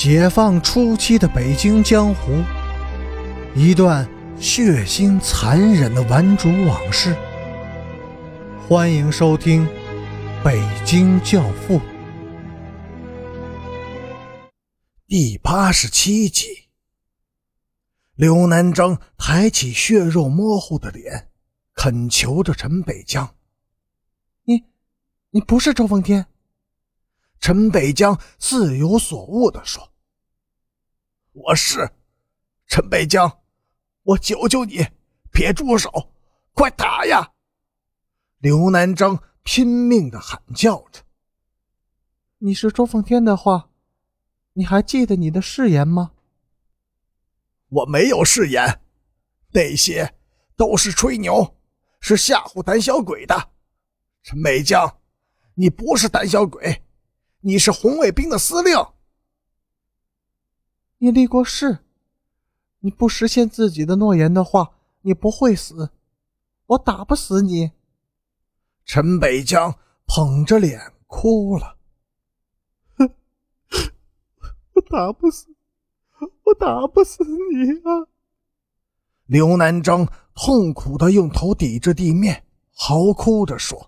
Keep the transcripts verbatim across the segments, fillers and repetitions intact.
解放初期的北京江湖，一段血腥残忍的顽主往事。欢迎收听《北京教父》第八十七集。刘南征抬起血肉模糊的脸，恳求着陈北江：“你，你不是周奉天？”陈北江似有所悟地说：“我是。陈北江，我求求你，别住手，快打呀！”刘南征拼命地喊叫着：“你是周奉天的话，你还记得你的誓言吗？”“我没有誓言，那些都是吹牛，是吓唬胆小鬼的。陈北江，你不是胆小鬼，你是红卫兵的司令。你立过誓，你不实现自己的诺言的话，你不会死，我打不死你。”陈北江捧着脸哭了：“我打不死，我打不死你啊！”刘南征痛苦地用头抵着地面，嚎哭着说：“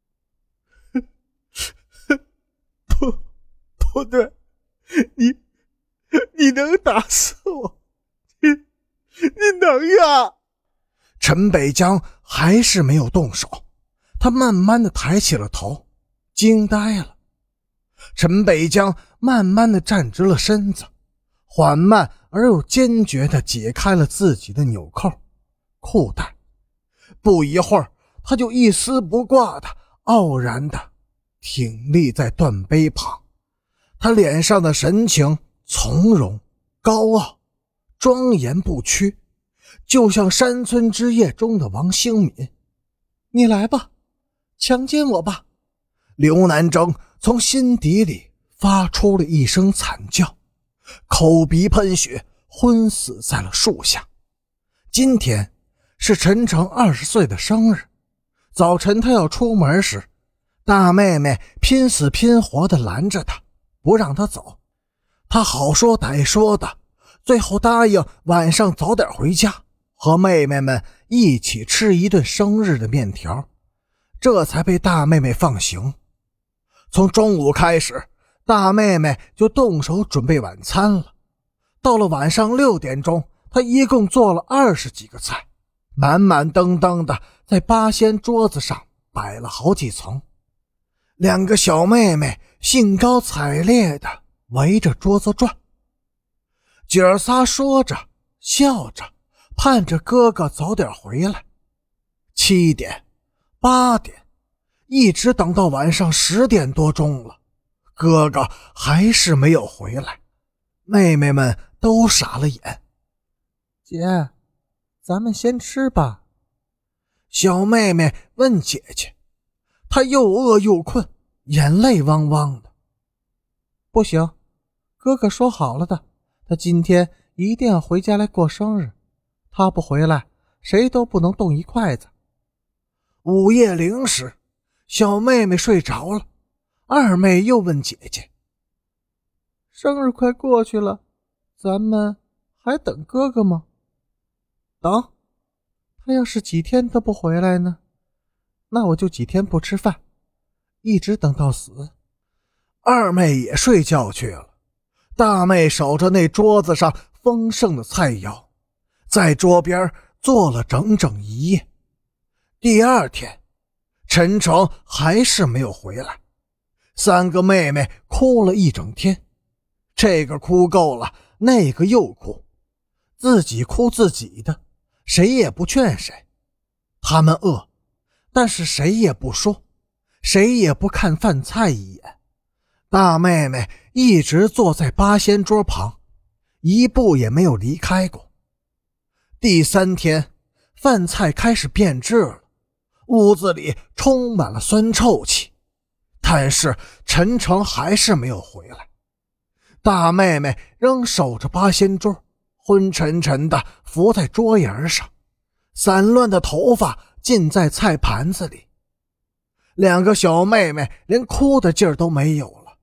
不，不对，你，你能打死我，你，你能呀！”陈北江还是没有动手，他慢慢地抬起了头，惊呆了。陈北江慢慢地站直了身子，缓慢而又坚决地解开了自己的纽扣、裤带。不一会儿，他就一丝不挂地傲然地挺立在断碑旁，他脸上的神情从容、高傲、庄严不屈，就像山村之夜中的王兴敏。“你来吧，强奸我吧！”刘南征从心底里发出了一声惨叫，口鼻喷血，昏死在了树下。今天是陈诚二十岁的生日，早晨他要出门时，大妹妹拼死拼活地拦着他，不让他走。他好说歹说的，最后答应晚上早点回家，和妹妹们一起吃一顿生日的面条，这才被大妹妹放行。从中午开始，大妹妹就动手准备晚餐了。到了晚上六点钟，她一共做了二十几个菜，满满登登的在八仙桌子上摆了好几层。两个小妹妹兴高采烈的围着桌子转，姐儿仨说着笑着，盼着哥哥早点回来。七点、八点，一直等到晚上十点多钟了，哥哥还是没有回来。妹妹们都傻了眼。“姐，咱们先吃吧。”小妹妹问姐姐，她又饿又困，眼泪汪汪的。“不行，哥哥说好了的，他今天一定要回家来过生日，他不回来，谁都不能动一筷子。”午夜零时，小妹妹睡着了，二妹又问姐姐：“生日快过去了，咱们还等哥哥吗？”“等，他要是几天都不回来呢？那我就几天不吃饭，一直等到死。”二妹也睡觉去了，大妹守着那桌子上丰盛的菜肴，在桌边坐了整整一夜。第二天，陈诚还是没有回来，三个妹妹哭了一整天，这个哭够了，那个又哭，自己哭自己的，谁也不劝谁。他们饿，但是谁也不说，谁也不看饭菜一眼。大妹妹一直坐在八仙桌旁，一步也没有离开过。第三天，饭菜开始变质了，屋子里充满了酸臭气，但是陈诚还是没有回来。大妹妹仍守着八仙桌，昏沉沉的伏在桌沿上，散乱的头发浸在菜盘子里。两个小妹妹连哭的劲儿都没有了，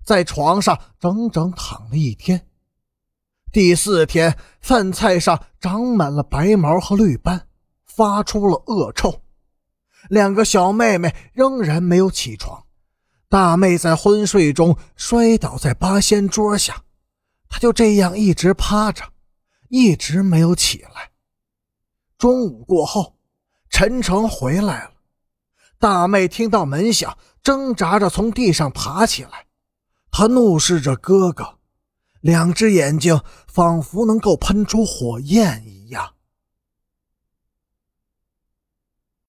在床上整整躺了一天。第四天，饭菜上长满了白毛和绿斑，发出了恶臭。两个小妹妹仍然没有起床，大妹在昏睡中摔倒在八仙桌下，她就这样一直趴着，一直没有起来。中午过后，陈诚回来了，大妹听到门响，挣扎着从地上爬起来，她怒视着哥哥，两只眼睛仿佛能够喷出火焰一样。